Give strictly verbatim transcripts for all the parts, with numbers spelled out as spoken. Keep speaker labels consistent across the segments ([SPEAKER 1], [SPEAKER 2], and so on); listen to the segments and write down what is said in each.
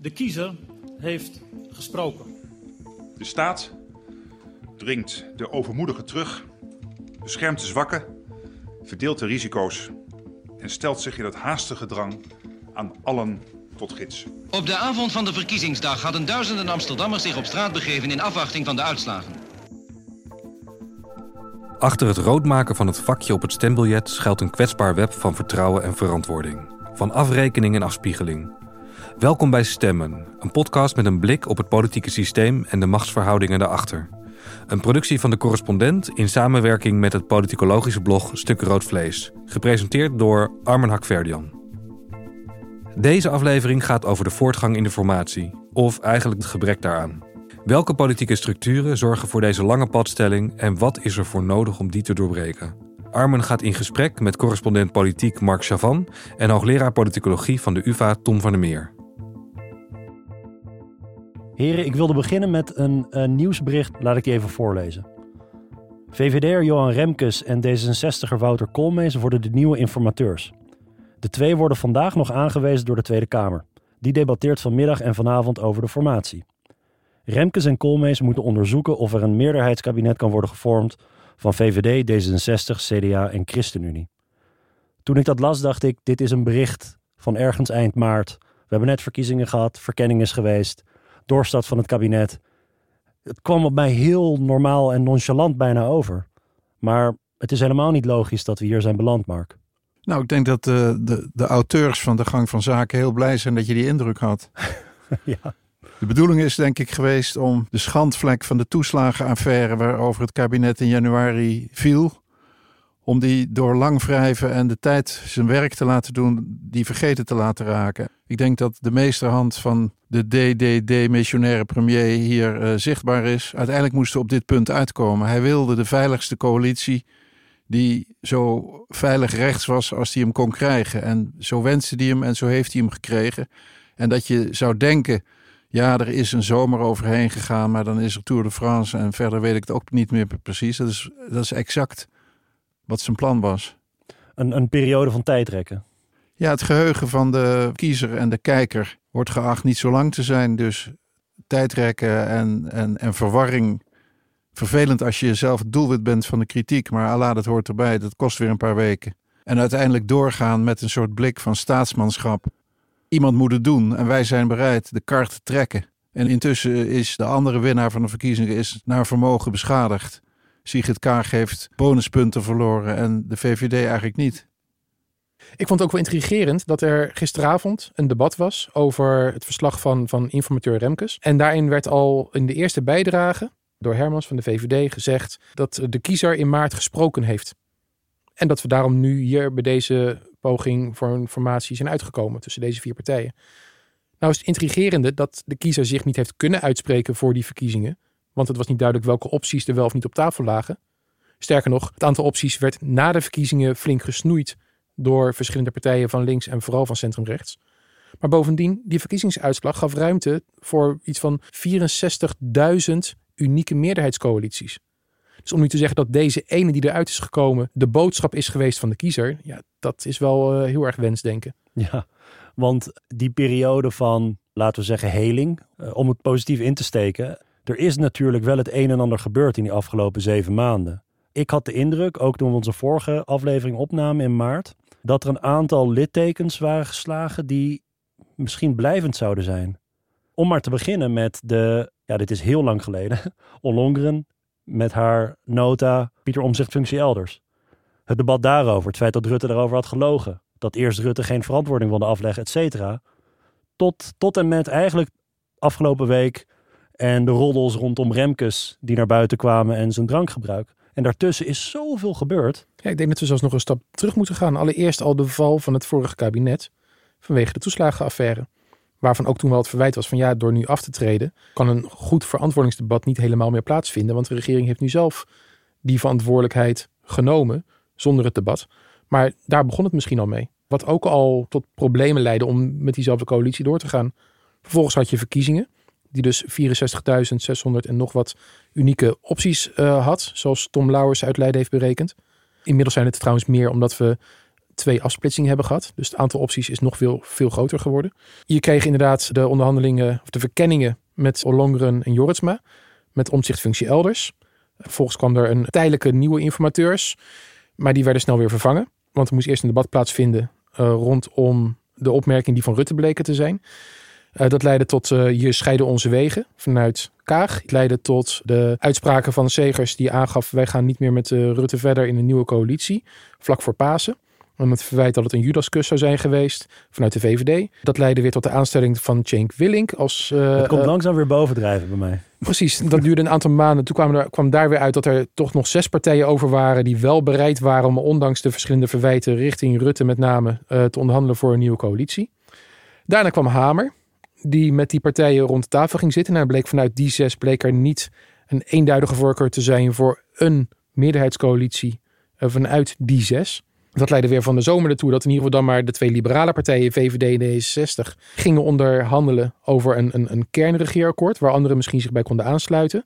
[SPEAKER 1] De kiezer heeft gesproken.
[SPEAKER 2] De staat dringt de overmoedigen terug, beschermt de zwakken, verdeelt de risico's en stelt zich in het haastige drang aan allen tot gids.
[SPEAKER 3] Op de avond van de verkiezingsdag hadden duizenden Amsterdammers zich op straat begeven in afwachting van de uitslagen.
[SPEAKER 4] Achter het roodmaken van het vakje op het stembiljet schuilt een kwetsbaar web van vertrouwen en verantwoording. Van afrekening en afspiegeling. Welkom bij Stemmen, een podcast met een blik op het politieke systeem en de machtsverhoudingen daarachter. Een productie van De Correspondent in samenwerking met het politicologische blog Stuk Rood Vlees. Gepresenteerd door Armen Hakverdian. Deze aflevering gaat over de voortgang in de formatie, of eigenlijk het gebrek daaraan. Welke politieke structuren zorgen voor deze lange padstelling en wat is er voor nodig om die te doorbreken? Armen gaat in gesprek met correspondent politiek Mark Chavan en hoogleraar politicologie van de U vA Tom van der Meer.
[SPEAKER 5] Heren, ik wilde beginnen met een, een nieuwsbericht. Laat ik die even voorlezen. V V D'er Johan Remkes en D zesenzestig'er Wouter Koolmees worden de nieuwe informateurs. De twee worden vandaag nog aangewezen door de Tweede Kamer. Die debatteert vanmiddag en vanavond over de formatie. Remkes en Koolmees moeten onderzoeken of er een meerderheidskabinet kan worden gevormd van V V D, D zesenzestig, C D A en ChristenUnie. Toen ik dat las, dacht ik, dit is een bericht van ergens eind maart. We hebben net verkiezingen gehad, verkenning is geweest, doorstart van het kabinet. Het kwam op mij heel normaal en nonchalant bijna over. Maar het is helemaal niet logisch dat we hier zijn beland, Mark.
[SPEAKER 6] Nou, ik denk dat de, de, de auteurs van de gang van zaken heel blij zijn dat je die indruk had.
[SPEAKER 5] Ja.
[SPEAKER 6] De bedoeling is denk ik geweest om de schandvlek van de toeslagenaffaire waarover het kabinet in januari viel, om die door lang wrijven en de tijd zijn werk te laten doen, die vergeten te laten raken. Ik denk dat de meesterhand van de D D D-missionaire premier hier uh, zichtbaar is. Uiteindelijk moesten we op dit punt uitkomen. Hij wilde de veiligste coalitie die zo veilig rechts was als hij hem kon krijgen. En zo wenste hij hem en zo heeft hij hem gekregen. En dat je zou denken, ja, er is een zomer overheen gegaan, maar dan is er Tour de France en verder weet ik het ook niet meer precies. Dat is, dat is exact wat zijn plan was.
[SPEAKER 5] Een, een periode van tijdrekken.
[SPEAKER 6] Ja, het geheugen van de kiezer en de kijker wordt geacht niet zo lang te zijn. Dus tijdrekken en, en, en verwarring. Vervelend als je zelf het doelwit bent van de kritiek, maar Allah, dat hoort erbij. Dat kost weer een paar weken. En uiteindelijk doorgaan met een soort blik van staatsmanschap. Iemand moet het doen en wij zijn bereid de kar te trekken. En intussen is de andere winnaar van de verkiezingen is naar vermogen beschadigd. Sigrid Kaag heeft bonuspunten verloren en de V V D eigenlijk niet.
[SPEAKER 7] Ik vond het ook wel intrigerend dat er gisteravond een debat was over het verslag van, van informateur Remkes. En daarin werd al in de eerste bijdrage door Hermans van de V V D gezegd dat de kiezer in maart gesproken heeft. En dat we daarom nu hier bij deze poging voor een formatie zijn uitgekomen tussen deze vier partijen. Nou is het intrigerende dat de kiezer zich niet heeft kunnen uitspreken voor die verkiezingen. Want het was niet duidelijk welke opties er wel of niet op tafel lagen. Sterker nog, het aantal opties werd na de verkiezingen flink gesnoeid door verschillende partijen van links en vooral van centrumrechts. Maar bovendien, die verkiezingsuitslag gaf ruimte voor iets van vierenzestigduizend unieke meerderheidscoalities. Dus om nu te zeggen dat deze ene die eruit is gekomen de boodschap is geweest van de kiezer, ja, dat is wel uh, heel erg wensdenken.
[SPEAKER 5] Ja, want die periode van, laten we zeggen, heling, uh, om het positief in te steken, er is natuurlijk wel het een en ander gebeurd in die afgelopen zeven maanden. Ik had de indruk, ook toen we onze vorige aflevering opnamen in maart, dat er een aantal littekens waren geslagen die misschien blijvend zouden zijn. Om maar te beginnen met de, ja, dit is heel lang geleden, Ollongren met haar nota Pieter Omtzigt functie elders. Het debat daarover, het feit dat Rutte daarover had gelogen, dat eerst Rutte geen verantwoording wilde afleggen, et cetera. Tot, tot en met eigenlijk afgelopen week en de roddels rondom Remkes die naar buiten kwamen en zijn drankgebruik. En daartussen is zoveel gebeurd.
[SPEAKER 7] Ja, ik denk dat we zelfs nog een stap terug moeten gaan. Allereerst al de val van het vorige kabinet vanwege de toeslagenaffaire. Waarvan ook toen wel het verwijt was van ja, door nu af te treden kan een goed verantwoordingsdebat niet helemaal meer plaatsvinden. Want de regering heeft nu zelf die verantwoordelijkheid genomen zonder het debat. Maar daar begon het misschien al mee. Wat ook al tot problemen leidde om met diezelfde coalitie door te gaan. Vervolgens had je verkiezingen. Die dus vierenzestigduizend zeshonderd en nog wat unieke opties uh, had. Zoals Tom Lauwers uit Leiden heeft berekend. Inmiddels zijn het trouwens meer omdat we twee afsplitsingen hebben gehad. Dus het aantal opties is nog veel, veel groter geworden. Je kreeg inderdaad de onderhandelingen, of de verkenningen met Ollongren en Jorritsma. Met omzichtfunctie elders. Vervolgens kwam er een tijdelijke nieuwe informateurs. Maar die werden snel weer vervangen. Want er moest eerst een debat plaatsvinden uh, rondom de opmerking die van Rutte bleken te zijn. Uh, dat leidde tot uh, hier scheiden onze wegen vanuit Kaag. Het leidde tot de uitspraken van Segers die aangaf, wij gaan niet meer met uh, Rutte verder in een nieuwe coalitie. Vlak voor Pasen. En het verwijt dat het een Judaskus zou zijn geweest vanuit de V V D. Dat leidde weer tot de aanstelling van Cenk Willink als... Uh,
[SPEAKER 5] het komt
[SPEAKER 7] uh,
[SPEAKER 5] langzaam weer bovendrijven bij mij.
[SPEAKER 7] Precies, dat duurde een aantal maanden. Toen kwam, er, kwam daar weer uit dat er toch nog zes partijen over waren die wel bereid waren om ondanks de verschillende verwijten richting Rutte met name uh, te onderhandelen voor een nieuwe coalitie. Daarna kwam Hamer, die met die partijen rond de tafel ging zitten. Nou, bleek vanuit die zes bleek er niet een eenduidige voorkeur te zijn voor een meerderheidscoalitie uh, vanuit die zes. Dat leidde weer van de zomer ertoe dat in ieder geval dan maar de twee liberale partijen, V V D en D zesenzestig, gingen onderhandelen over een, een, een kernregeerakkoord waar anderen misschien zich bij konden aansluiten.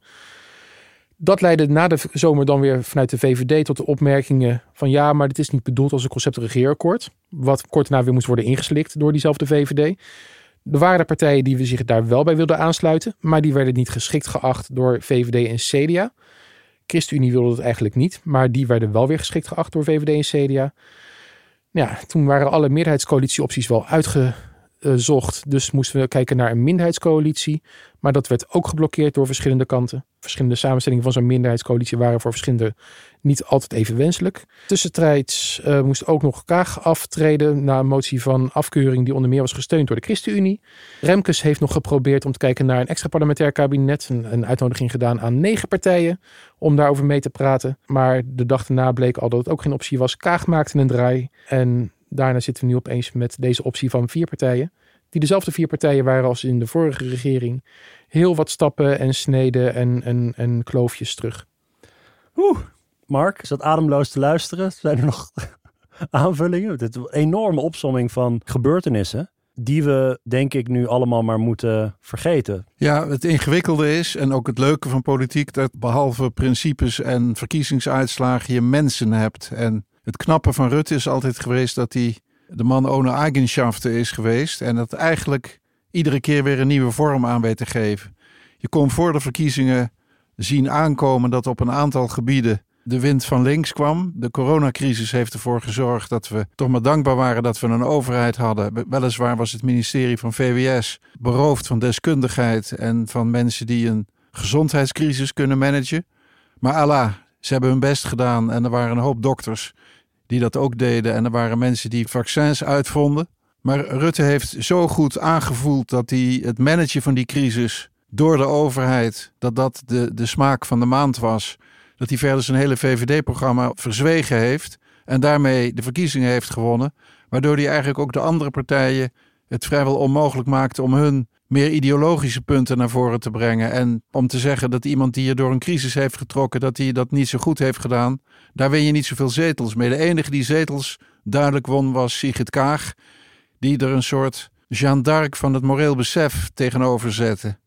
[SPEAKER 7] Dat leidde na de zomer dan weer vanuit de V V D tot de opmerkingen van ja, maar dit is niet bedoeld als een concept regeerakkoord. Wat kort daarna weer moest worden ingeslikt door diezelfde V V D. Er waren er partijen die zich daar wel bij wilden aansluiten, maar die werden niet geschikt geacht door V V D en C D A. ChristenUnie wilde het eigenlijk niet, maar die werden wel weer geschikt geacht door V V D en C D A. Ja, toen waren alle meerderheidscoalitieopties wel uitgezocht, dus moesten we kijken naar een minderheidscoalitie. Maar dat werd ook geblokkeerd door verschillende kanten. Verschillende samenstellingen van zo'n minderheidscoalitie waren voor verschillende niet altijd even wenselijk. Tussentijds uh, moest ook nog Kaag aftreden na een motie van afkeuring die onder meer was gesteund door de ChristenUnie. Remkes heeft nog geprobeerd om te kijken naar een extra parlementair kabinet. Een, een uitnodiging gedaan aan negen partijen om daarover mee te praten. Maar de dag daarna bleek al dat het ook geen optie was. Kaag maakte een draai en daarna zitten we nu opeens met deze optie van vier partijen. Die dezelfde vier partijen waren als in de vorige regering. Heel wat stappen en sneden en, en, en kloofjes terug.
[SPEAKER 5] Oeh, Mark, is dat ademloos te luisteren? Zijn er nog aanvullingen? Het is een enorme opsomming van gebeurtenissen die we denk ik nu allemaal maar moeten vergeten.
[SPEAKER 6] Ja, het ingewikkelde is en ook het leuke van politiek dat behalve principes en verkiezingsuitslagen je mensen hebt. En het knappe van Rutte is altijd geweest dat hij de man ohne Eigenschaften is geweest. En dat eigenlijk iedere keer weer een nieuwe vorm aan weet te geven. Je kon voor de verkiezingen zien aankomen dat op een aantal gebieden de wind van links kwam. De coronacrisis heeft ervoor gezorgd dat we toch maar dankbaar waren dat we een overheid hadden. Weliswaar was het ministerie van V W S beroofd van deskundigheid en van mensen die een gezondheidscrisis kunnen managen. Maar Allah, ze hebben hun best gedaan en er waren een hoop dokters die dat ook deden. En er waren mensen die vaccins uitvonden. Maar Rutte heeft zo goed aangevoeld dat hij het managen van die crisis door de overheid, dat dat de, de smaak van de maand was. Dat hij verder zijn hele V V D-programma verzwegen heeft en daarmee de verkiezingen heeft gewonnen. Waardoor hij eigenlijk ook de andere partijen het vrijwel onmogelijk maakte om hun meer ideologische punten naar voren te brengen. En om te zeggen dat iemand die je door een crisis heeft getrokken, dat hij dat niet zo goed heeft gedaan, daar win je niet zoveel zetels mee. De enige die zetels duidelijk won was Sigrid Kaag, die er een soort Jeanne d'Arc van het moreel besef tegenover zette.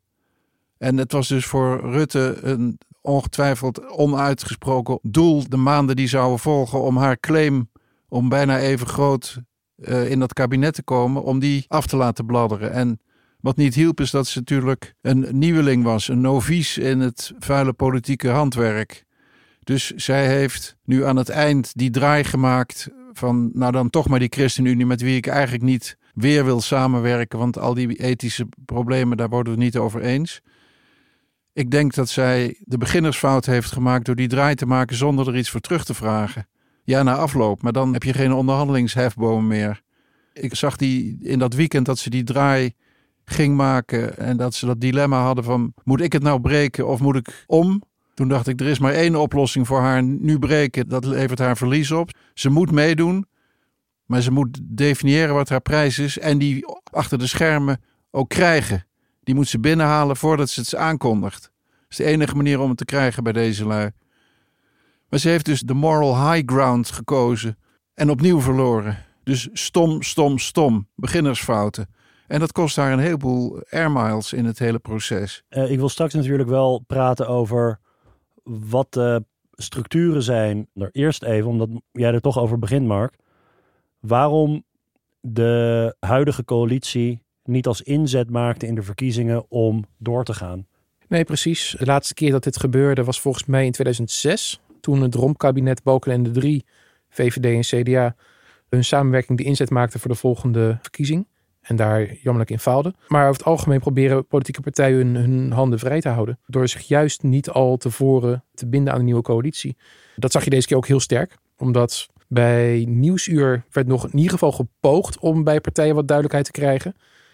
[SPEAKER 6] En het was dus voor Rutte een ongetwijfeld onuitgesproken doel de maanden die zouden volgen om haar claim om bijna even groot uh, in dat kabinet te komen, om die af te laten bladderen. En wat niet hielp is dat ze natuurlijk een nieuweling was, een novice in het vuile politieke handwerk. Dus zij heeft nu aan het eind die draai gemaakt van nou dan toch maar die ChristenUnie met wie ik eigenlijk niet weer wil samenwerken, want al die ethische problemen, daar worden we het niet over eens. Ik denk dat zij de beginnersfout heeft gemaakt door die draai te maken zonder er iets voor terug te vragen. Ja, na afloop, maar dan heb je geen onderhandelingshefboom meer. Ik zag die in dat weekend dat ze die draai ging maken en dat ze dat dilemma hadden van moet ik het nou breken of moet ik om? Toen dacht ik, er is maar één oplossing voor haar, nu breken, dat levert haar verlies op. Ze moet meedoen, maar ze moet definiëren wat haar prijs is en die achter de schermen ook krijgen. Die moet ze binnenhalen voordat ze het aankondigt. Dat is de enige manier om het te krijgen bij deze lui. Maar ze heeft dus de moral high ground gekozen en opnieuw verloren. Dus stom, stom, stom. Beginnersfouten. En dat kost haar een heleboel air miles in het hele proces.
[SPEAKER 5] Uh, ik wil straks natuurlijk wel praten over wat de structuren zijn. Nou, eerst even, omdat jij er toch over begint, Mark. waarom de huidige coalitie niet als inzet maakte in de verkiezingen om door te gaan.
[SPEAKER 7] Nee, precies. De laatste keer dat dit gebeurde was volgens mij in tweeduizend zes. Toen het Romp-kabinet Balkenende drie, V V D en C D A... hun samenwerking de inzet maakte voor de volgende verkiezing. En daar jammerlijk in faalde. Maar over het algemeen proberen politieke partijen hun, hun handen vrij te houden. Door zich juist niet al tevoren te binden aan de nieuwe coalitie. Dat zag je deze keer ook heel sterk. Omdat bij Nieuwsuur werd nog in ieder geval gepoogd om bij partijen wat duidelijkheid te krijgen.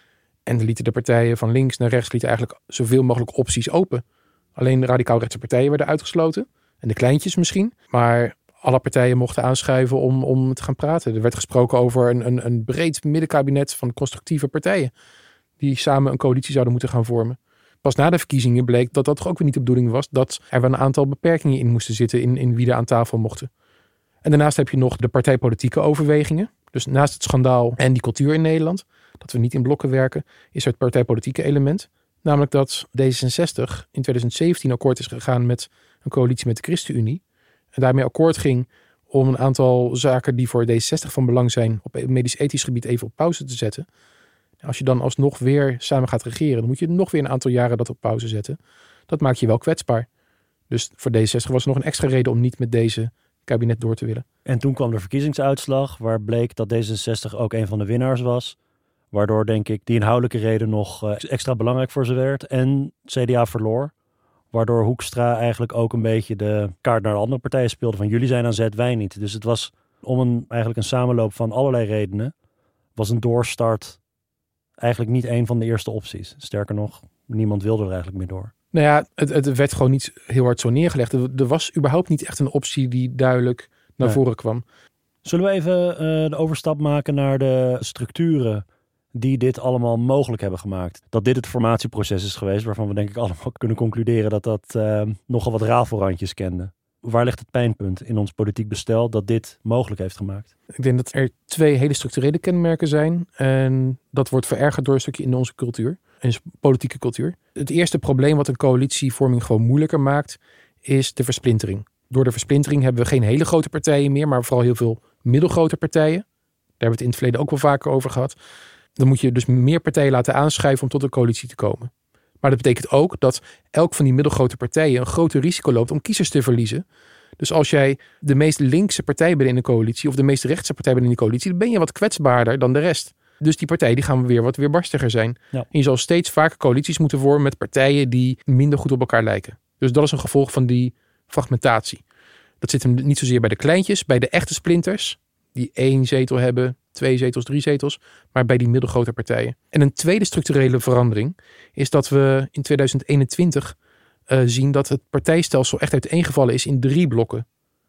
[SPEAKER 7] En dan lieten de partijen van links naar rechts lieten eigenlijk zoveel mogelijk opties open. Alleen de radicaal-rechtse partijen werden uitgesloten. En de kleintjes misschien. Maar alle partijen mochten aanschuiven om, om te gaan praten. Er werd gesproken over een, een, een breed middenkabinet van constructieve partijen. Die samen een coalitie zouden moeten gaan vormen. Pas na de verkiezingen bleek dat dat toch ook weer niet de bedoeling was. Dat er wel een aantal beperkingen in moesten zitten in, in wie er aan tafel mochten. En daarnaast heb je nog de partijpolitieke overwegingen. Dus naast het schandaal en die cultuur in Nederland, dat we niet in blokken werken, is er het partijpolitieke element. Namelijk dat D zesenzestig in tweeduizend zeventien akkoord is gegaan met een coalitie met de ChristenUnie. En daarmee akkoord ging om een aantal zaken die voor D zesenzestig van belang zijn op medisch-ethisch gebied even op pauze te zetten. Als je dan alsnog weer samen gaat regeren, dan moet je nog weer een aantal jaren dat op pauze zetten. Dat maakt je wel kwetsbaar. Dus voor D zesenzestig was er nog een extra reden om niet met deze kabinet door te willen.
[SPEAKER 5] En toen kwam de verkiezingsuitslag, waar bleek dat D zesenzestig ook een van de winnaars was. Waardoor, denk ik, die inhoudelijke reden nog extra belangrijk voor ze werd. En C D A verloor. Waardoor Hoekstra eigenlijk ook een beetje de kaart naar de andere partijen speelde. Van jullie zijn aan zet, wij niet. Dus het was om een, eigenlijk een samenloop van allerlei redenen. Was een doorstart eigenlijk niet een van de eerste opties. Sterker nog, niemand wilde er eigenlijk meer door.
[SPEAKER 7] Nou ja, het, het werd gewoon niet heel hard zo neergelegd. Er, er was überhaupt niet echt een optie die duidelijk naar
[SPEAKER 5] Nee.
[SPEAKER 7] voren kwam.
[SPEAKER 5] Zullen we even uh, de overstap maken naar de structuren die dit allemaal mogelijk hebben gemaakt? Dat dit het formatieproces is geweest, waarvan we denk ik allemaal kunnen concluderen dat dat uh, nogal wat rafelrandjes kende. Waar ligt het pijnpunt in ons politiek bestel dat dit mogelijk heeft gemaakt?
[SPEAKER 7] Ik denk dat er twee hele structurele kenmerken zijn. En dat wordt verergerd door een stukje in onze cultuur. En politieke cultuur. Het eerste probleem wat een coalitievorming gewoon moeilijker maakt, is de versplintering. Door de versplintering hebben we geen hele grote partijen meer, maar vooral heel veel middelgrote partijen. Daar hebben we het in het verleden ook wel vaker over gehad. Dan moet je dus meer partijen laten aanschuiven om tot een coalitie te komen. Maar dat betekent ook dat elk van die middelgrote partijen een groter risico loopt om kiezers te verliezen. Dus als jij de meest linkse partij bent in de coalitie of de meest rechtse partij bent in de coalitie, dan ben je wat kwetsbaarder dan de rest. Dus die partijen die gaan weer wat weerbarstiger zijn.
[SPEAKER 5] Ja.
[SPEAKER 7] En je zal steeds vaker coalities moeten vormen met partijen die minder goed op elkaar lijken. Dus dat is een gevolg van die fragmentatie. Dat zit hem niet zozeer bij de kleintjes, bij de echte splinters, die één zetel hebben, twee zetels, drie zetels, maar bij die middelgrote partijen. En een tweede structurele verandering is dat we in tweeduizend eenentwintig uh, zien dat het partijstelsel echt uiteengevallen is in drie blokken.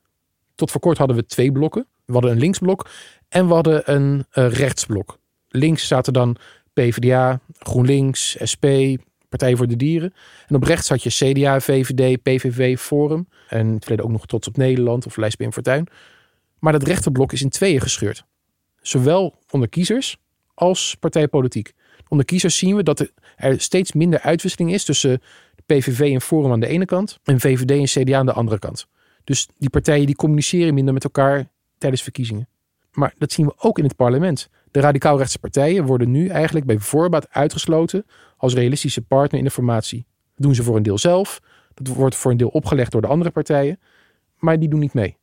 [SPEAKER 7] Tot voor kort hadden we twee blokken. We hadden een linksblok en we hadden een uh, rechtsblok. Links zaten dan PvdA, GroenLinks, S P, Partij voor de Dieren. En op rechts had je C D A, V V D, P V V, Forum. En in het verleden ook nog Trots op Nederland of Lijst Pim Fortuyn. Maar dat rechterblok is in tweeën gescheurd. Zowel onder kiezers als partijpolitiek. Onder kiezers zien we dat er steeds minder uitwisseling is tussen de P V V en Forum aan de ene kant en V V D en C D A aan de andere kant. Dus die partijen die communiceren minder met elkaar tijdens verkiezingen. Maar dat zien we ook in het parlement. De radicaal-rechtse partijen worden nu eigenlijk bij voorbaat uitgesloten als realistische partner in de formatie. Dat doen ze voor een deel zelf. Dat wordt voor een deel opgelegd door de andere partijen. Maar die doen niet mee.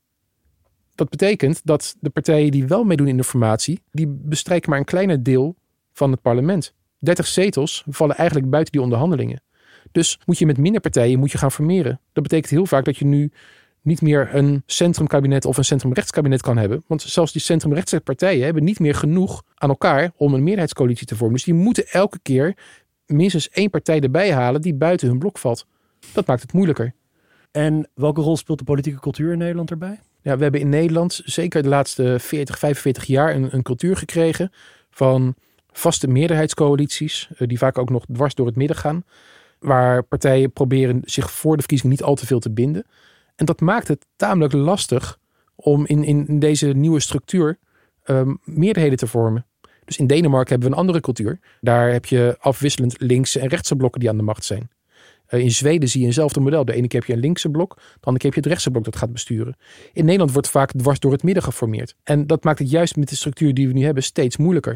[SPEAKER 7] Dat betekent dat de partijen die wel meedoen in de formatie, die bestrijken maar een kleiner deel van het parlement. dertig zetels vallen eigenlijk buiten die onderhandelingen. Dus moet je met minder partijen moet je gaan formeren. Dat betekent heel vaak dat je nu niet meer een centrumkabinet of een centrumrechtskabinet kan hebben. Want zelfs die centrumrechtse partijen hebben niet meer genoeg aan elkaar om een meerderheidscoalitie te vormen. Dus die moeten elke keer minstens één partij erbij halen die buiten hun blok valt. Dat maakt het moeilijker.
[SPEAKER 5] En welke rol speelt de politieke cultuur in Nederland erbij?
[SPEAKER 7] Ja, we hebben in Nederland zeker de laatste veertig, vijfenveertig jaar een, een cultuur gekregen van vaste meerderheidscoalities, die vaak ook nog dwars door het midden gaan, waar partijen proberen zich voor de verkiezingen niet al te veel te binden. En dat maakt het tamelijk lastig om in, in deze nieuwe structuur um, meerderheden te vormen. Dus in Denemarken hebben we een andere cultuur. Daar heb je afwisselend linkse en rechtse blokken die aan de macht zijn. Uh, in Zweden zie je eenzelfde model. De ene keer heb je een linkse blok, de andere keer heb je het rechtse blok dat gaat besturen. In Nederland wordt vaak dwars door het midden geformeerd. En dat maakt het juist met de structuur die we nu hebben steeds moeilijker.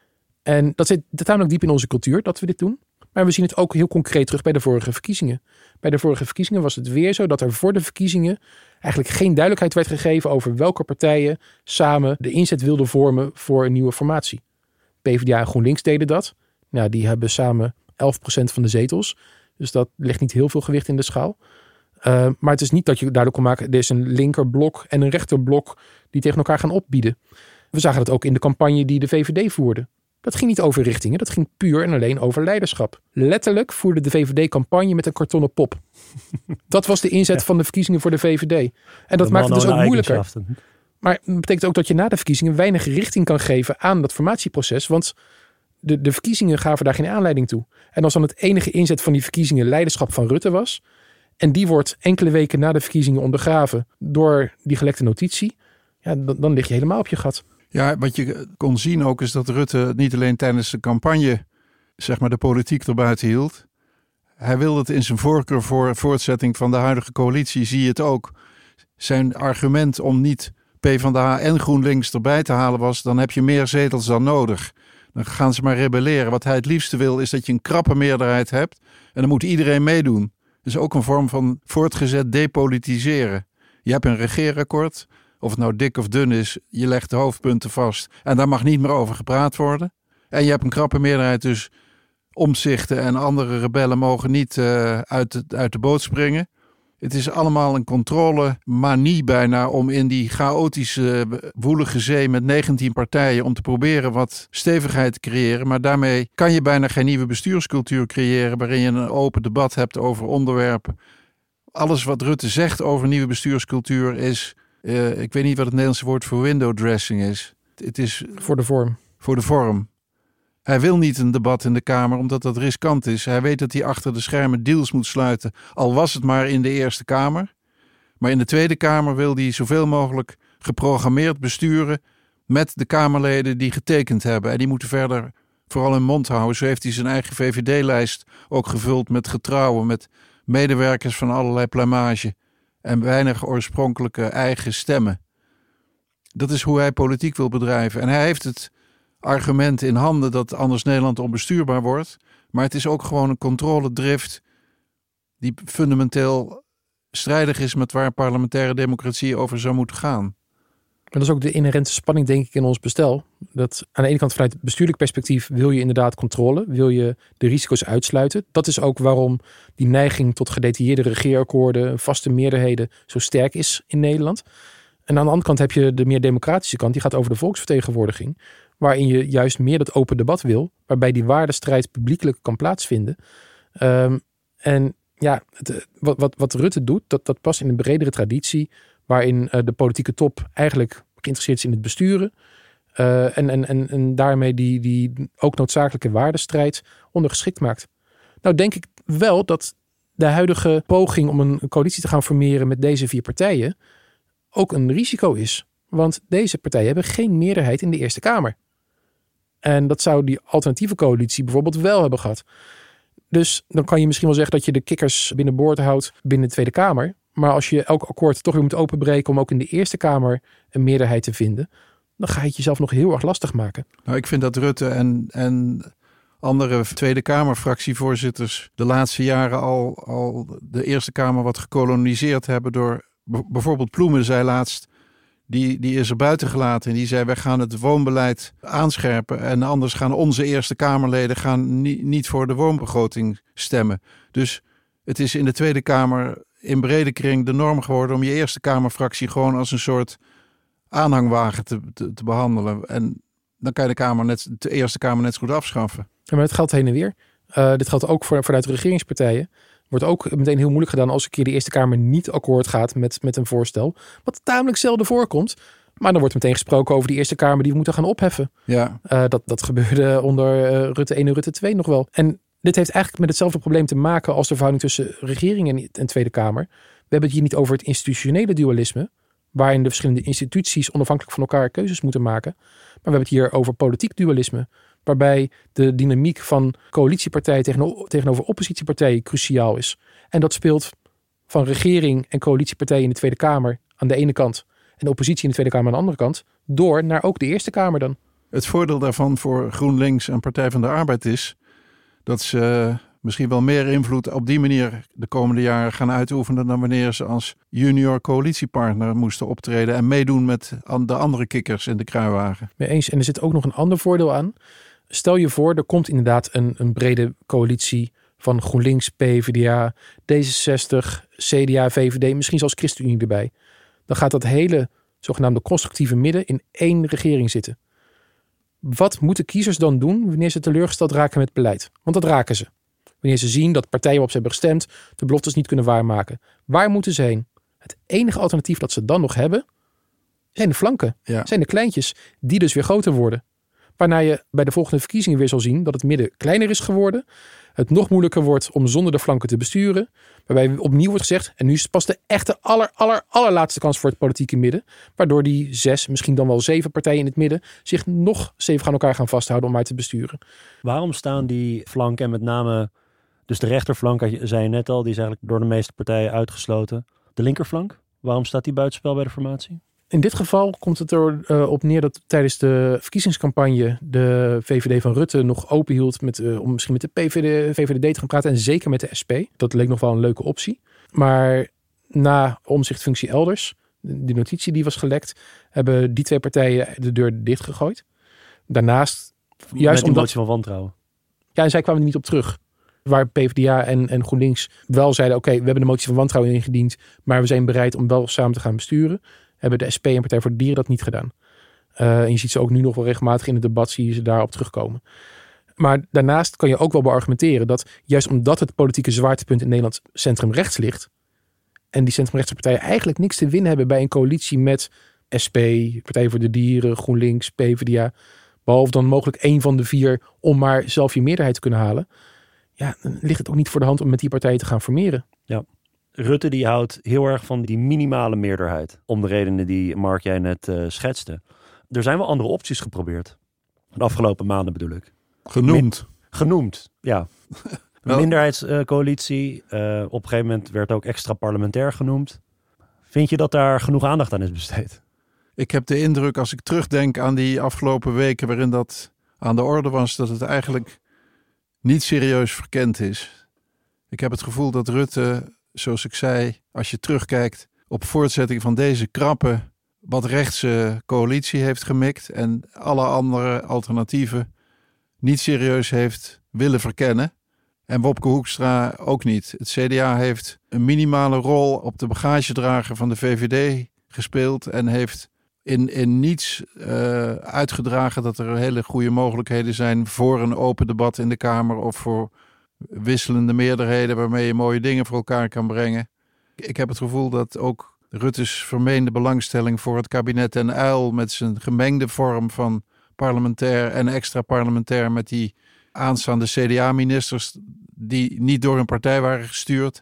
[SPEAKER 7] En dat zit tamelijk diep in onze cultuur dat we dit doen. Maar we zien het ook heel concreet terug bij de vorige verkiezingen. Bij de vorige verkiezingen was het weer zo dat er voor de verkiezingen eigenlijk geen duidelijkheid werd gegeven over welke partijen samen de inzet wilden vormen voor een nieuwe formatie. PvdA en GroenLinks deden dat. Nou, die hebben samen elf procent van de zetels. Dus dat legt niet heel veel gewicht in de schaal. Uh, maar het is niet dat je duidelijk kon maken, er is een linkerblok en een rechterblok die tegen elkaar gaan opbieden. We zagen dat ook in de campagne die de V V D voerde. Dat ging niet over richtingen, dat ging puur en alleen over leiderschap. Letterlijk voerde de V V D campagne met een kartonnen pop. Dat was de inzet ja. van de verkiezingen voor de V V D. En dat maakt het dus ook moeilijker. Maar dat betekent ook dat je na de verkiezingen weinig richting kan geven aan dat formatieproces. Want de, de verkiezingen gaven daar geen aanleiding toe. En als dan het enige inzet van die verkiezingen leiderschap van Rutte was, en die wordt enkele weken na de verkiezingen ondergraven door die gelekte notitie, ja, dan, dan lig je helemaal op je gat.
[SPEAKER 6] Ja, wat je kon zien ook is dat Rutte niet alleen tijdens de campagne zeg maar de politiek erbuiten hield. Hij wilde het in zijn voorkeur voor voortzetting van de huidige coalitie, zie je het ook. Zijn argument om niet PvdA en GroenLinks erbij te halen was, dan heb je meer zetels dan nodig. Dan gaan ze maar rebelleren. Wat hij het liefste wil is dat je een krappe meerderheid hebt en dan moet iedereen meedoen. Dus ook een vorm van voortgezet depolitiseren. Je hebt een regeerakkoord. Of het nou dik of dun is, je legt de hoofdpunten vast. En daar mag niet meer over gepraat worden. En je hebt een krappe meerderheid, dus Omtzigten en andere rebellen mogen niet uh, uit, de, uit de boot springen. Het is allemaal een controlemanie bijna om in die chaotische, woelige zee met negentien partijen om te proberen wat stevigheid te creëren. Maar daarmee kan je bijna geen nieuwe bestuurscultuur creëren waarin je een open debat hebt over onderwerpen. Alles wat Rutte zegt over nieuwe bestuurscultuur is, Uh, ik weet niet wat het Nederlandse woord voor window dressing is. Het is
[SPEAKER 7] voor de vorm.
[SPEAKER 6] Voor de vorm. Hij wil niet een debat in de Kamer omdat dat riskant is. Hij weet dat hij achter de schermen deals moet sluiten. Al was het maar in de Eerste Kamer. Maar in de Tweede Kamer wil hij zoveel mogelijk geprogrammeerd besturen met de Kamerleden die getekend hebben. En die moeten verder vooral hun mond houden. Zo heeft hij zijn eigen V V D-lijst ook gevuld met getrouwen, met medewerkers van allerlei pluimage. En weinig oorspronkelijke eigen stemmen. Dat is hoe hij politiek wil bedrijven. En hij heeft het argument in handen dat anders Nederland onbestuurbaar wordt. Maar het is ook gewoon een controledrift die fundamenteel strijdig is met waar parlementaire democratie over zou moeten gaan.
[SPEAKER 7] En dat is ook de inherente spanning, denk ik, in ons bestel. Dat aan de ene kant vanuit bestuurlijk perspectief wil je inderdaad controle, wil je de risico's uitsluiten. Dat is ook waarom die neiging tot gedetailleerde regeerakkoorden, vaste meerderheden zo sterk is in Nederland. En aan de andere kant heb je de meer democratische kant, die gaat over de volksvertegenwoordiging, waarin je juist meer dat open debat wil, waarbij die waardestrijd publiekelijk kan plaatsvinden. Um, en ja, het, wat, wat, wat Rutte doet, dat, dat past in een bredere traditie, waarin uh, de politieke top eigenlijk geïnteresseerd is in het besturen. Uh, en, en, en, en daarmee die, die ook noodzakelijke waardestrijd ondergeschikt maakt. Nou denk ik wel dat de huidige poging om een coalitie te gaan formeren met deze vier partijen ook een risico is. Want deze partijen hebben geen meerderheid in de Eerste Kamer. En dat zou die alternatieve coalitie bijvoorbeeld wel hebben gehad. Dus dan kan je misschien wel zeggen dat je de kikkers binnenboord houdt binnen de Tweede Kamer. Maar als je elk akkoord toch weer moet openbreken om ook in de Eerste Kamer een meerderheid te vinden, dan ga je het jezelf nog heel erg lastig maken. Nou,
[SPEAKER 6] ik vind dat Rutte en, en andere Tweede Kamer-fractievoorzitters de laatste jaren al, al de Eerste Kamer wat gekoloniseerd hebben door bijvoorbeeld Ploemen zei laatst, die, die is er buiten gelaten en die zei wij gaan het woonbeleid aanscherpen en anders gaan onze Eerste Kamerleden gaan niet, niet voor de woonbegroting stemmen. Dus het is in de Tweede Kamer in brede kring de norm geworden om je Eerste Kamerfractie gewoon als een soort aanhangwagen te, te, te behandelen. En dan kan je de, Kamer net, de Eerste Kamer net zo goed afschaffen.
[SPEAKER 7] Ja, maar het geldt heen en weer. Uh, dit geldt ook voor, vanuit de regeringspartijen. Wordt ook meteen heel moeilijk gedaan als een keer de Eerste Kamer niet akkoord gaat met, met een voorstel. Wat tamelijk zelden voorkomt. Maar dan wordt meteen gesproken over die Eerste Kamer die we moeten gaan opheffen. Ja. Uh, dat, dat gebeurde onder uh, Rutte één en Rutte twee nog wel. En dit heeft eigenlijk met hetzelfde probleem te maken als de verhouding tussen regering en, en Tweede Kamer. We hebben het hier niet over het institutionele dualisme, waarin de verschillende instituties onafhankelijk van elkaar keuzes moeten maken. Maar we hebben het hier over politiek dualisme. waarbij de dynamiek van coalitiepartijen tegenover, tegenover oppositiepartijen cruciaal is. En dat speelt van regering en coalitiepartijen in de Tweede Kamer aan de ene kant en de oppositie in de Tweede Kamer aan de andere kant, door naar ook de Eerste Kamer dan.
[SPEAKER 6] Het voordeel daarvan voor GroenLinks en Partij van de Arbeid is dat ze misschien wel meer invloed op die manier de komende jaren gaan uitoefenen dan wanneer ze als junior coalitiepartner moesten optreden en meedoen met de andere kikkers in de kruiwagen.
[SPEAKER 7] Mee eens. En er zit ook nog een ander voordeel aan. Stel je voor, er komt inderdaad een, een brede coalitie van GroenLinks, PvdA, D zesenzestig, C D A, V V D, misschien zelfs ChristenUnie erbij. Dan gaat dat hele zogenaamde constructieve midden in één regering zitten. Wat moeten kiezers dan doen wanneer ze teleurgesteld raken met beleid? Want dat raken ze. Wanneer ze zien dat partijen waarop ze hebben gestemd de beloftes niet kunnen waarmaken. Waar moeten ze heen? Het enige alternatief dat ze dan nog hebben zijn de flanken.
[SPEAKER 6] Ja.
[SPEAKER 7] Zijn de kleintjes die dus weer groter worden. Waarna je bij de volgende verkiezingen weer zal zien dat het midden kleiner is geworden. Het nog moeilijker wordt om zonder de flanken te besturen. Waarbij opnieuw wordt gezegd, en nu is het pas de echte aller, aller, allerlaatste kans voor het politieke midden. Waardoor die zes, misschien dan wel zeven partijen in het midden zich nog stevig aan elkaar gaan vasthouden om uit te besturen.
[SPEAKER 5] Waarom staan die flanken en met name, dus de rechterflank, zei je net al, die is eigenlijk door de meeste partijen uitgesloten. De linkerflank, waarom staat die buitenspel bij de formatie?
[SPEAKER 7] In dit geval komt het erop uh, op neer dat tijdens de verkiezingscampagne de V V D van Rutte nog open hield met, uh, om misschien met de P V D, V V D te gaan praten en zeker met de S P. Dat leek nog wel een leuke optie. Maar na omzichtfunctie elders, die notitie die was gelekt, hebben die twee partijen de deur dichtgegooid. Daarnaast, juist
[SPEAKER 5] met die
[SPEAKER 7] omdat,
[SPEAKER 5] motie van wantrouwen.
[SPEAKER 7] Ja, en zij kwamen er niet op terug. Waar PvdA en, en GroenLinks wel zeiden, oké, okay, we hebben de motie van wantrouwen ingediend, maar we zijn bereid om wel samen te gaan besturen, hebben de S P en Partij voor de Dieren dat niet gedaan. Uh, en je ziet ze ook nu nog wel regelmatig in het debat, zie je ze daarop terugkomen. Maar daarnaast kan je ook wel beargumenteren dat juist omdat het politieke zwaartepunt in Nederland centrumrechts ligt, en die centrumrechtse partijen eigenlijk niks te winnen hebben bij een coalitie met S P, Partij voor de Dieren, GroenLinks, PvdA, behalve dan mogelijk één van de vier om maar zelf je meerderheid te kunnen halen, ja, dan ligt het ook niet voor de hand om met die partijen te gaan formeren.
[SPEAKER 5] Ja. Rutte die houdt heel erg van die minimale meerderheid. Om de redenen die Mark jij net uh, schetste. Er zijn wel andere opties geprobeerd. De afgelopen maanden bedoel ik.
[SPEAKER 6] Genoemd.
[SPEAKER 5] Min- genoemd, ja. Een minderheidscoalitie. Uh, op een gegeven moment werd ook extra parlementair genoemd. Vind je dat daar genoeg aandacht aan is besteed?
[SPEAKER 6] Ik heb de indruk, als ik terugdenk aan die afgelopen weken waarin dat aan de orde was, dat het eigenlijk niet serieus verkend is. Ik heb het gevoel dat Rutte, zoals ik zei, als je terugkijkt op voortzetting van deze krappe, wat rechtse coalitie heeft gemikt en alle andere alternatieven niet serieus heeft willen verkennen. En Wopke Hoekstra ook niet. Het C D A heeft een minimale rol op de bagagedrager van de V V D gespeeld en heeft in, in niets uh, uitgedragen dat er hele goede mogelijkheden zijn voor een open debat in de Kamer of voor wisselende meerderheden waarmee je mooie dingen voor elkaar kan brengen. Ik heb het gevoel dat ook Rutte's vermeende belangstelling voor het kabinet ten uil met zijn gemengde vorm van parlementair en extra parlementair met die aanstaande C D A-ministers die niet door een partij waren gestuurd.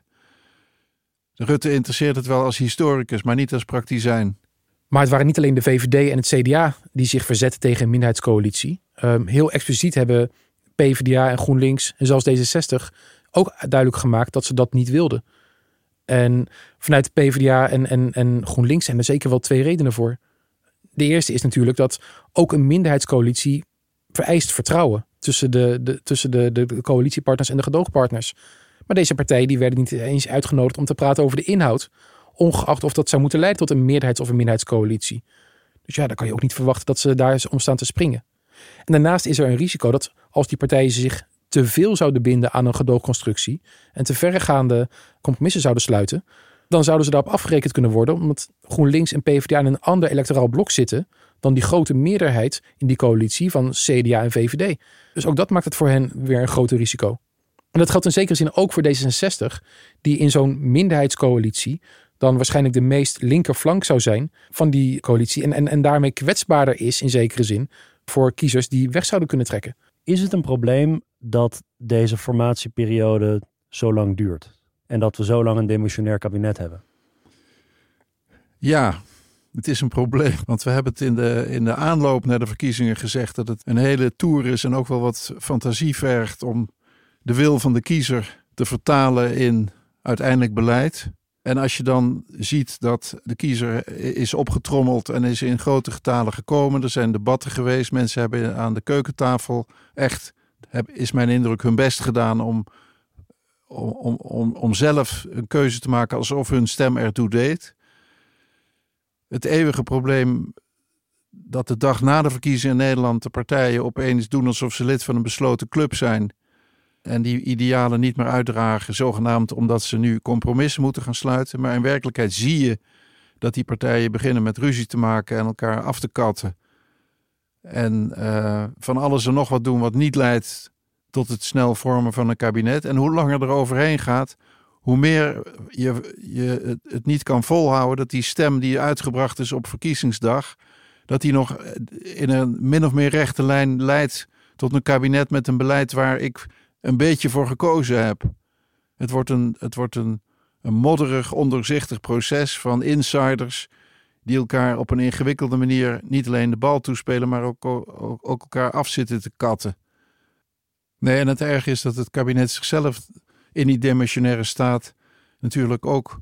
[SPEAKER 6] Rutte interesseert het wel als historicus, maar niet als praktizijn.
[SPEAKER 7] Maar het waren niet alleen de V V D en het C D A die zich verzetten tegen een minderheidscoalitie. Um, heel expliciet hebben PvdA en GroenLinks en zelfs D zesenzestig ook duidelijk gemaakt dat ze dat niet wilden. En vanuit PvdA en, en, en GroenLinks zijn er zeker wel twee redenen voor. De eerste is natuurlijk dat ook een minderheidscoalitie vereist vertrouwen tussen de, de, tussen de, de coalitiepartners en de gedoogpartners. Maar deze partijen die werden niet eens uitgenodigd om te praten over de inhoud, ongeacht of dat zou moeten leiden tot een meerderheids- of een minderheidscoalitie. Dus ja, dan kan je ook niet verwachten dat ze daar om staan te springen. En daarnaast is er een risico dat als die partijen zich te veel zouden binden aan een gedoogconstructie en te verregaande compromissen zouden sluiten, dan zouden ze daarop afgerekend kunnen worden, omdat GroenLinks en PvdA in een ander electoraal blok zitten dan die grote meerderheid in die coalitie van C D A en V V D. Dus ook dat maakt het voor hen weer een groter risico. En dat geldt in zekere zin ook voor D zesenzestig, die in zo'n minderheidscoalitie dan waarschijnlijk de meest linkerflank zou zijn van die coalitie en, en, en daarmee kwetsbaarder is in zekere zin voor kiezers die weg zouden kunnen trekken.
[SPEAKER 5] Is het een probleem dat deze formatieperiode zo lang duurt? En dat we zo lang een demissionair kabinet hebben?
[SPEAKER 6] Ja, Het is een probleem, want we hebben het in de, in de aanloop naar de verkiezingen gezegd dat het een hele tour is en ook wel wat fantasie vergt om de wil van de kiezer te vertalen in uiteindelijk beleid. En als je dan ziet dat de kiezer is opgetrommeld en is in grote getalen gekomen. Er zijn debatten geweest. Mensen hebben aan de keukentafel echt, is mijn indruk, hun best gedaan om, om, om, om zelf een keuze te maken alsof hun stem ertoe deed. Het eeuwige probleem dat de dag na de verkiezingen in Nederland de partijen opeens doen alsof ze lid van een besloten club zijn. En die idealen niet meer uitdragen, zogenaamd omdat ze nu compromissen moeten gaan sluiten. Maar in werkelijkheid zie je dat die partijen beginnen met ruzie te maken en elkaar af te katten. En uh, van alles en nog wat doen wat niet leidt tot het snel vormen van een kabinet. En hoe langer er overheen gaat, hoe meer je, je het niet kan volhouden dat die stem die uitgebracht is op verkiezingsdag, dat die nog in een min of meer rechte lijn leidt tot een kabinet met een beleid waar ik een beetje voor gekozen heb. Het wordt een, het wordt een, een modderig, ondoorzichtig proces van insiders die elkaar op een ingewikkelde manier niet alleen de bal toespelen, maar ook, ook, ook elkaar afzitten te katten. Nee, en het erg is dat het kabinet zichzelf in die demissionaire staat natuurlijk ook,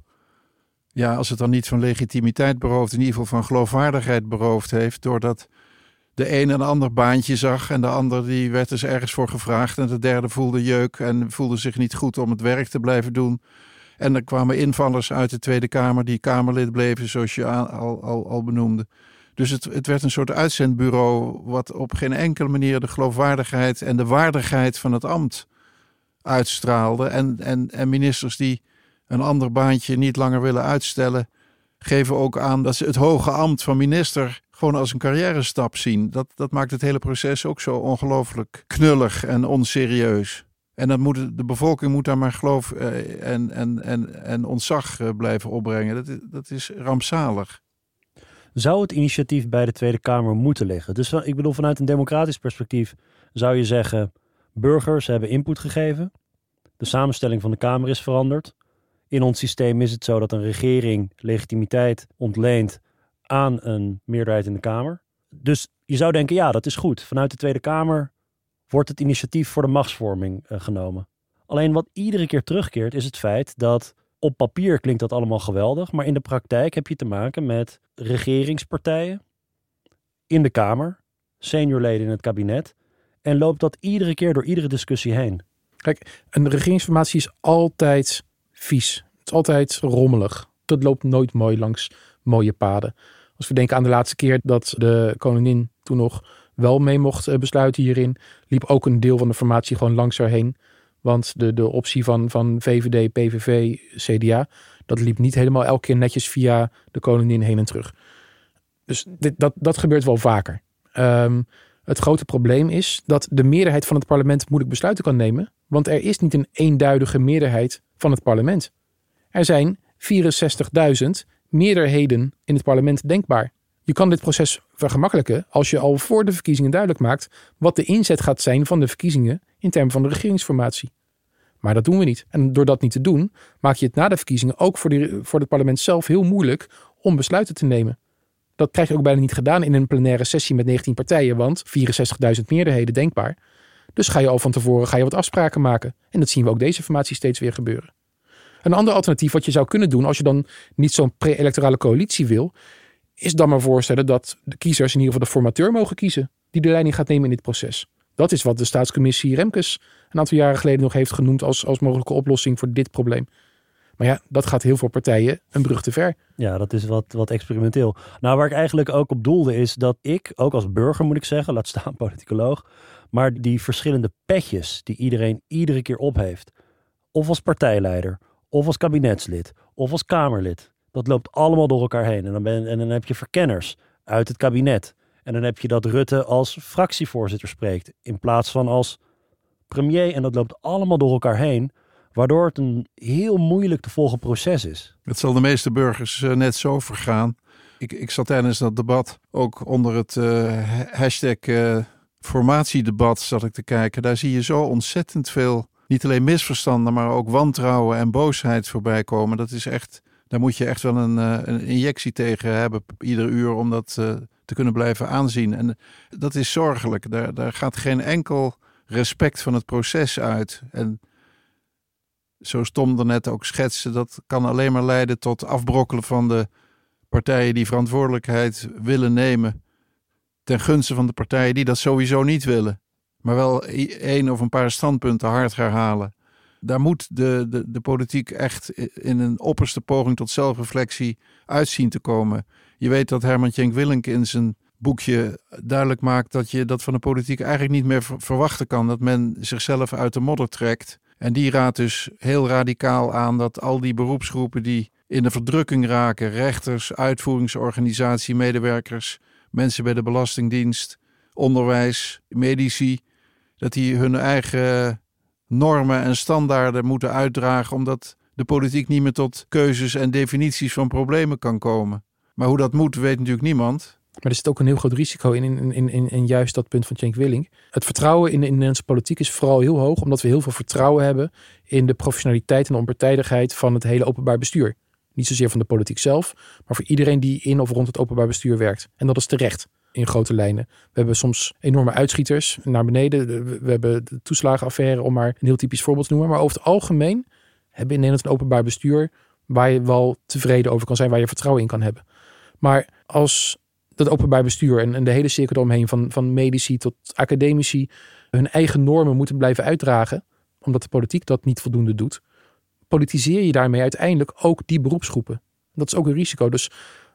[SPEAKER 6] ja, als het dan niet van legitimiteit beroofd, in ieder geval van geloofwaardigheid beroofd heeft, doordat de een een ander baantje zag en de ander die werd dus ergens voor gevraagd en de derde voelde jeuk en voelde zich niet goed om het werk te blijven doen. En er kwamen invallers uit de Tweede Kamer die Kamerlid bleven, zoals je al, al, al benoemde. Dus het, het werd een soort uitzendbureau wat op geen enkele manier de geloofwaardigheid en de waardigheid van het ambt uitstraalde. En, en, en ministers die een ander baantje niet langer willen uitstellen, geven ook aan dat ze het hoge ambt van minister gewoon als een carrière-stap zien. Dat, dat maakt het hele proces ook zo ongelooflijk knullig en onserieus. En dan moet de bevolking moet daar maar geloof eh, en, en, en, en ontzag eh, blijven opbrengen. Dat, dat is rampzalig.
[SPEAKER 5] Zou het initiatief bij de Tweede Kamer moeten liggen? Dus ik bedoel, vanuit een democratisch perspectief zou je zeggen, burgers hebben input gegeven. De samenstelling van de Kamer is veranderd. In ons systeem is het zo dat een regering legitimiteit ontleent aan een meerderheid in de Kamer. Dus je zou denken, ja, dat is goed. Vanuit de Tweede Kamer wordt het initiatief voor de machtsvorming uh, genomen. Alleen wat iedere keer terugkeert is het feit dat op papier klinkt dat allemaal geweldig, maar in de praktijk heb je te maken met regeringspartijen in de Kamer, seniorleden in het kabinet, en loopt dat iedere keer door iedere discussie heen.
[SPEAKER 7] Kijk, een regeringsformatie is altijd vies. Het is altijd rommelig. Dat loopt nooit mooi langs mooie paden. Als we denken aan de laatste keer dat de koningin toen nog wel mee mocht besluiten hierin, liep ook een deel van de formatie gewoon langs erheen. Want de, de optie van, van V V D, P V V, C D A, dat liep niet helemaal elke keer netjes via de koningin heen en terug. Dus dit, dat, dat gebeurt wel vaker. Um, het grote probleem is dat de meerderheid van het parlement moeilijk besluiten kan nemen. Want er is niet een eenduidige meerderheid van het parlement. Er zijn vierenzestigduizend meerderheden in het parlement denkbaar. Je kan dit proces vergemakkelijken als je al voor de verkiezingen duidelijk maakt wat de inzet gaat zijn van de verkiezingen in termen van de regeringsformatie. Maar dat doen we niet. En door dat niet te doen, maak je het na de verkiezingen ook voor, de, voor het parlement zelf heel moeilijk om besluiten te nemen. Dat krijg je ook bijna niet gedaan in een plenaire sessie met negentien partijen, want vierenzestigduizend meerderheden denkbaar. Dus ga je al van tevoren ga je wat afspraken maken. En dat zien we ook deze formatie steeds weer gebeuren. Een ander alternatief wat je zou kunnen doen als je dan niet zo'n pre-electorale coalitie wil, is dan maar voorstellen dat de kiezers in ieder geval de formateur mogen kiezen die de leiding gaat nemen in dit proces. Dat is wat de staatscommissie Remkes een aantal jaren geleden nog heeft genoemd als, als mogelijke oplossing voor dit probleem. Maar ja, dat gaat heel veel partijen een brug te ver.
[SPEAKER 5] Ja, dat is wat, wat experimenteel. Nou, waar ik eigenlijk ook op doelde is dat ik, ook als burger moet ik zeggen, laat staan politicoloog, maar die verschillende petjes die iedereen iedere keer op heeft, of als partijleider, of als kabinetslid, of als Kamerlid, dat loopt allemaal door elkaar heen. En dan, ben, en dan heb je verkenners uit het kabinet. En dan heb je dat Rutte als fractievoorzitter spreekt, in plaats van als premier. En dat loopt allemaal door elkaar heen, waardoor het een heel moeilijk te volgen proces is.
[SPEAKER 6] Het zal de meeste burgers uh, net zo vergaan. Ik, ik zat tijdens dat debat ook onder het uh, hashtag uh, formatiedebat zat ik te kijken. Daar zie je zo ontzettend veel, niet alleen misverstanden, maar ook wantrouwen en boosheid voorbij komen. Dat is echt, Daar moet je echt wel een, uh, een injectie tegen hebben ieder uur om dat uh, te kunnen blijven aanzien. En dat is zorgelijk. Daar, daar gaat geen enkel respect van het proces uit. En zoals Tom daarnet ook schetste, dat kan alleen maar leiden tot afbrokkelen van de partijen die verantwoordelijkheid willen nemen ten gunste van de partijen die dat sowieso niet willen. Maar wel één of een paar standpunten hard gaan halen. Daar moet de, de, de politiek echt in een opperste poging tot zelfreflectie uit zien te komen. Je weet dat Herman Tjenk Willink in zijn boekje duidelijk maakt dat je dat van de politiek eigenlijk niet meer verwachten kan. Dat men zichzelf uit de modder trekt. En die raadt dus heel radicaal aan dat al die beroepsgroepen die in de verdrukking raken, rechters, uitvoeringsorganisatie, medewerkers, mensen bij de Belastingdienst, onderwijs, medici, dat die hun eigen normen en standaarden moeten uitdragen, omdat de politiek niet meer tot keuzes en definities van problemen kan komen. Maar hoe dat moet, weet natuurlijk niemand.
[SPEAKER 7] Maar er zit ook een heel groot risico in, in, in, in, in juist dat punt van Tjenk Willink. Het vertrouwen in de Nederlandse politiek is vooral heel hoog, omdat we heel veel vertrouwen hebben in de professionaliteit en de onpartijdigheid van het hele openbaar bestuur. Niet zozeer van de politiek zelf, maar voor iedereen die in of rond het openbaar bestuur werkt. En dat is terecht in grote lijnen. We hebben soms enorme uitschieters naar beneden. We hebben de toeslagenaffaire, om maar een heel typisch voorbeeld te noemen. Maar over het algemeen hebben we in Nederland een openbaar bestuur waar je wel tevreden over kan zijn, waar je vertrouwen in kan hebben. Maar als dat openbaar bestuur en, en de hele cirkel eromheen, van, van medici tot academici, hun eigen normen moeten blijven uitdragen, omdat de politiek dat niet voldoende doet, politiseer je daarmee uiteindelijk ook die beroepsgroepen. Dat is ook een risico. Dus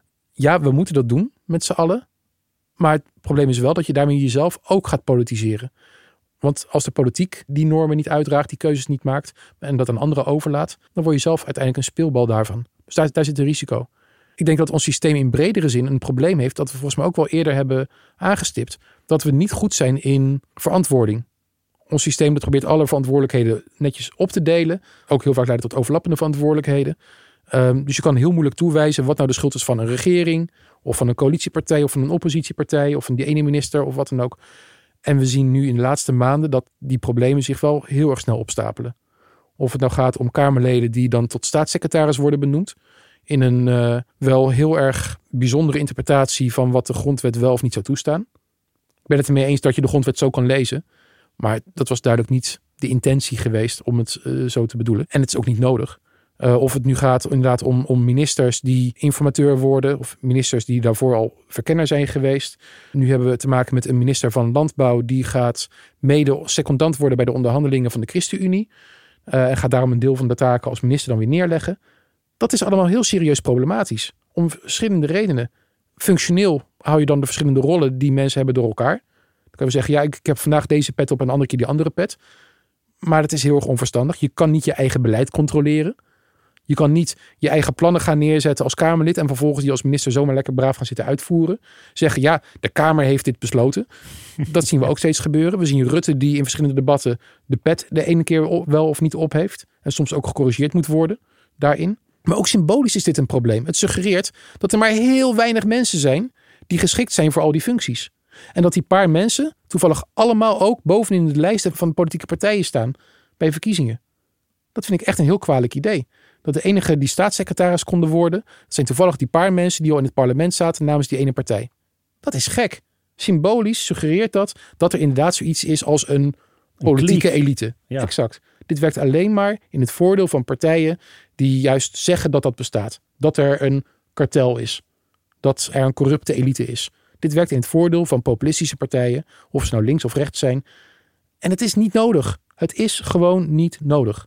[SPEAKER 7] ja, we moeten dat doen met z'n allen. Maar het probleem is wel dat je daarmee jezelf ook gaat politiseren. Want als de politiek die normen niet uitdraagt, die keuzes niet maakt en dat aan anderen overlaat, dan word je zelf uiteindelijk een speelbal daarvan. Dus daar, daar zit een risico. Ik denk dat ons systeem in bredere zin een probleem heeft, dat we volgens mij ook wel eerder hebben aangestipt, dat we niet goed zijn in verantwoording. Ons systeem dat probeert alle verantwoordelijkheden netjes op te delen. Ook heel vaak leidt tot overlappende verantwoordelijkheden. Um, dus je kan heel moeilijk toewijzen wat nou de schuld is van een regering, of van een coalitiepartij, of van een oppositiepartij, of van die ene minister, of wat dan ook. En we zien nu in de laatste maanden dat die problemen zich wel heel erg snel opstapelen. Of het nou gaat om Kamerleden die dan tot staatssecretaris worden benoemd, in een uh, wel heel erg bijzondere interpretatie van wat de grondwet wel of niet zou toestaan. Ik ben het ermee eens dat je de grondwet zo kan lezen, maar dat was duidelijk niet de intentie geweest om het uh, zo te bedoelen. En het is ook niet nodig. Uh, of het nu gaat inderdaad om, om ministers die informateur worden, of ministers die daarvoor al verkenner zijn geweest. Nu hebben we te maken met een minister van Landbouw die gaat mede secondant worden bij de onderhandelingen van de ChristenUnie. Uh, en gaat daarom een deel van de taken als minister dan weer neerleggen. Dat is allemaal heel serieus problematisch. Om verschillende redenen. Functioneel hou je dan de verschillende rollen die mensen hebben door elkaar. Dan kunnen we zeggen, ja, ik, ik heb vandaag deze pet op en een andere keer die andere pet. Maar dat is heel erg onverstandig. Je kan niet je eigen beleid controleren. Je kan niet je eigen plannen gaan neerzetten als Kamerlid en vervolgens die als minister zomaar lekker braaf gaan zitten uitvoeren. Zeggen, ja, de Kamer heeft dit besloten. Dat zien we ook steeds gebeuren. We zien Rutte die in verschillende debatten de pet de ene keer wel of niet op heeft. En soms ook gecorrigeerd moet worden daarin. Maar ook symbolisch is dit een probleem. Het suggereert dat er maar heel weinig mensen zijn die geschikt zijn voor al die functies. En dat die paar mensen toevallig allemaal ook bovenin de lijsten van de politieke partijen staan bij verkiezingen. Dat vind ik echt een heel kwalijk idee. Dat de enige die staatssecretaris konden worden, dat zijn toevallig die paar mensen die al in het parlement zaten namens die ene partij. Dat is gek. Symbolisch suggereert dat dat er inderdaad zoiets is als een politieke elite. Ja. Exact. Dit werkt alleen maar in het voordeel van partijen die juist zeggen dat dat bestaat. Dat er een kartel is. Dat er een corrupte elite is. Dit werkt in het voordeel van populistische partijen, of ze nou links of rechts zijn. En het is niet nodig. Het is gewoon niet nodig.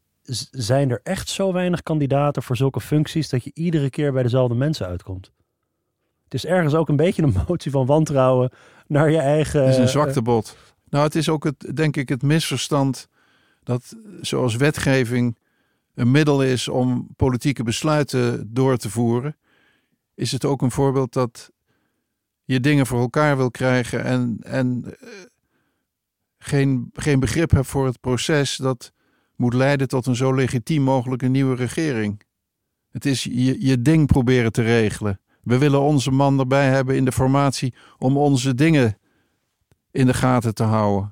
[SPEAKER 5] Zijn er echt zo weinig kandidaten voor zulke functies dat je iedere keer bij dezelfde mensen uitkomt? Het is ergens ook een beetje een motie van wantrouwen naar je eigen...
[SPEAKER 6] Het is een zwaktebod. Nou, het is ook het, denk ik, het misverstand dat zoals wetgeving een middel is om politieke besluiten door te voeren, is het ook een voorbeeld dat je dingen voor elkaar wil krijgen en, en uh, geen, geen begrip hebt voor het proces dat moet leiden tot een zo legitiem mogelijke nieuwe regering. Het is je, je ding proberen te regelen. We willen onze man erbij hebben in de formatie om onze dingen in de gaten te houden.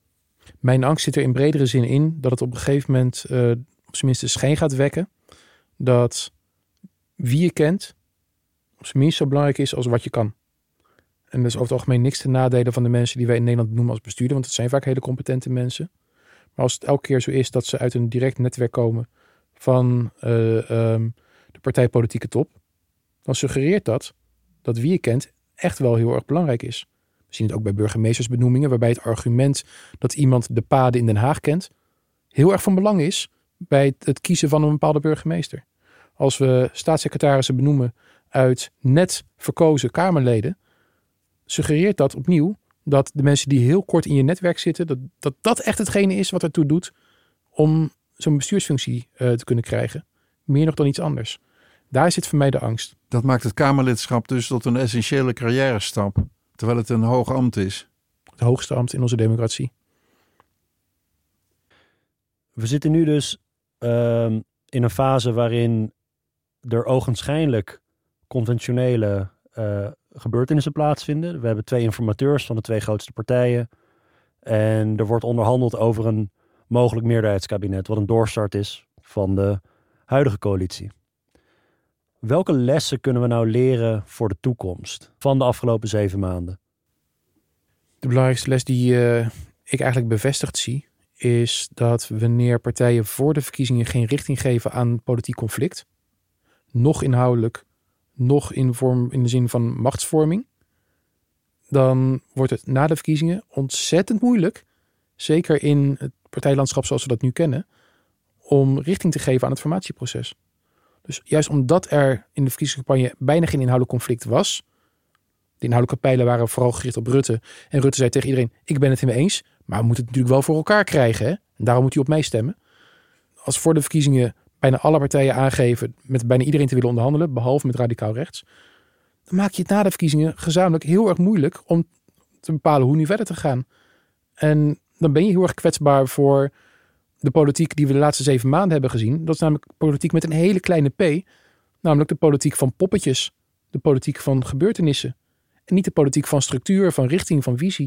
[SPEAKER 7] Mijn angst zit er in bredere zin in dat het op een gegeven moment uh, op zijn minst de schijn gaat wekken dat wie je kent op zijn minst zo belangrijk is als wat je kan. En dat is over het algemeen niks ten nadele van de mensen die wij in Nederland noemen als bestuurder, want het zijn vaak hele competente mensen. Maar als het elke keer zo is dat ze uit een direct netwerk komen van uh, um, de partijpolitieke top, dan suggereert dat dat wie je kent echt wel heel erg belangrijk is. We zien het ook bij burgemeestersbenoemingen, waarbij het argument dat iemand de paden in Den Haag kent heel erg van belang is bij het, het kiezen van een bepaalde burgemeester. Als we staatssecretarissen benoemen uit net verkozen Kamerleden, suggereert dat opnieuw dat de mensen die heel kort in je netwerk zitten, dat dat, dat echt hetgene is wat ertoe doet om zo'n bestuursfunctie uh, te kunnen krijgen. Meer nog dan iets anders. Daar zit voor mij de angst.
[SPEAKER 6] Dat maakt het Kamerlidschap dus tot een essentiële carrière-stap, terwijl het een hoog ambt is.
[SPEAKER 7] Het hoogste ambt in onze democratie.
[SPEAKER 5] We zitten nu dus uh, in een fase waarin er ogenschijnlijk conventionele uh, gebeurtenissen plaatsvinden. We hebben twee informateurs van de twee grootste partijen. En er wordt onderhandeld over een mogelijk meerderheidskabinet, wat een doorstart is van de huidige coalitie. Welke lessen kunnen we nou leren voor de toekomst van de afgelopen zeven maanden?
[SPEAKER 7] De belangrijkste les die uh, ik eigenlijk bevestigd zie, is dat wanneer partijen voor de verkiezingen geen richting geven aan politiek conflict, nog inhoudelijk, nog in, vorm, in de zin van machtsvorming, dan wordt het na de verkiezingen ontzettend moeilijk, zeker in het partijlandschap zoals we dat nu kennen, om richting te geven aan het formatieproces. Dus juist omdat er in de verkiezingscampagne bijna geen inhoudelijk conflict was, de inhoudelijke pijlen waren vooral gericht op Rutte, en Rutte zei tegen iedereen, ik ben het ermee eens, maar we moeten het natuurlijk wel voor elkaar krijgen, hè? En daarom moet u op mij stemmen. Als voor de verkiezingen bijna alle partijen aangeven met bijna iedereen te willen onderhandelen, behalve met radicaal rechts, dan maak je het na de verkiezingen gezamenlijk heel erg moeilijk om te bepalen hoe nu verder te gaan. En dan ben je heel erg kwetsbaar voor de politiek die we de laatste zeven maanden hebben gezien. Dat is namelijk politiek met een hele kleine p, namelijk de politiek van poppetjes, de politiek van gebeurtenissen. En niet de politiek van structuur, van richting, van visie.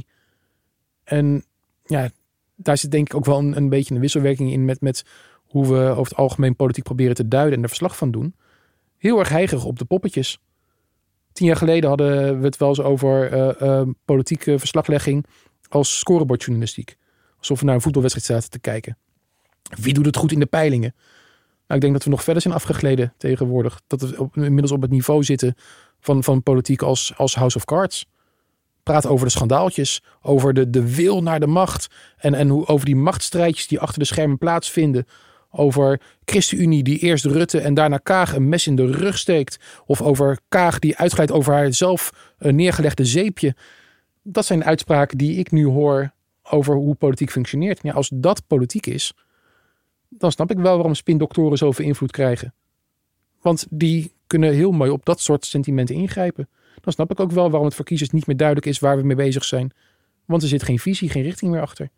[SPEAKER 7] En ja, daar zit denk ik ook wel een, een beetje een wisselwerking in met, met hoe we over het algemeen politiek proberen te duiden en er verslag van doen. Heel erg heigerig op de poppetjes. Tien jaar geleden hadden we het wel eens over uh, uh, politieke verslaglegging als scorebordjournalistiek. Alsof we naar een voetbalwedstrijd zaten te kijken. Wie doet het goed in de peilingen? Nou, ik denk dat we nog verder zijn afgegleden tegenwoordig. Dat we op, inmiddels op het niveau zitten van, van politiek als, als House of Cards. Praat over de schandaaltjes, over de, de wil naar de macht. En, en hoe, over die machtsstrijdjes die achter de schermen plaatsvinden. Over ChristenUnie die eerst Rutte en daarna Kaag een mes in de rug steekt. Of over Kaag die uitglijdt over haar zelf uh, neergelegde zeepje. Dat zijn uitspraken die ik nu hoor over hoe politiek functioneert. Ja, als dat politiek is, dan snap ik wel waarom spindoktoren zoveel invloed krijgen. Want die kunnen heel mooi op dat soort sentimenten ingrijpen. Dan snap ik ook wel waarom het voor kiezers niet meer duidelijk is waar we mee bezig zijn. Want er zit geen visie, geen richting meer achter.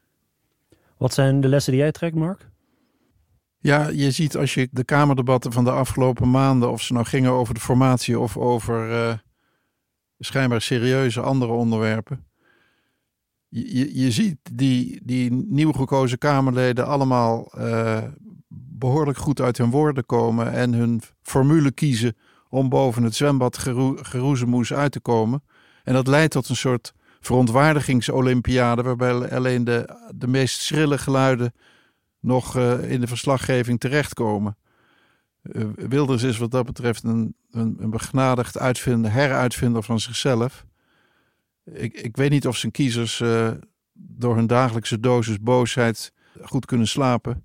[SPEAKER 5] Wat zijn de lessen die jij trekt, Mark?
[SPEAKER 6] Ja, je ziet als je de Kamerdebatten van de afgelopen maanden, of ze nou gingen over de formatie of over uh, schijnbaar serieuze andere onderwerpen. Je, je, je ziet die, die nieuw gekozen Kamerleden allemaal uh, behoorlijk goed uit hun woorden komen en hun formule kiezen om boven het zwembad geroe, geroezemoes uit te komen. En dat leidt tot een soort verontwaardigingsolympiade waarbij alleen de, de meest schrille geluiden nog uh, in de verslaggeving terechtkomen. Uh, Wilders is wat dat betreft een, een, een begnadigd uitvinder, heruitvinder van zichzelf. Ik, ik weet niet of zijn kiezers uh, door hun dagelijkse dosis boosheid goed kunnen slapen.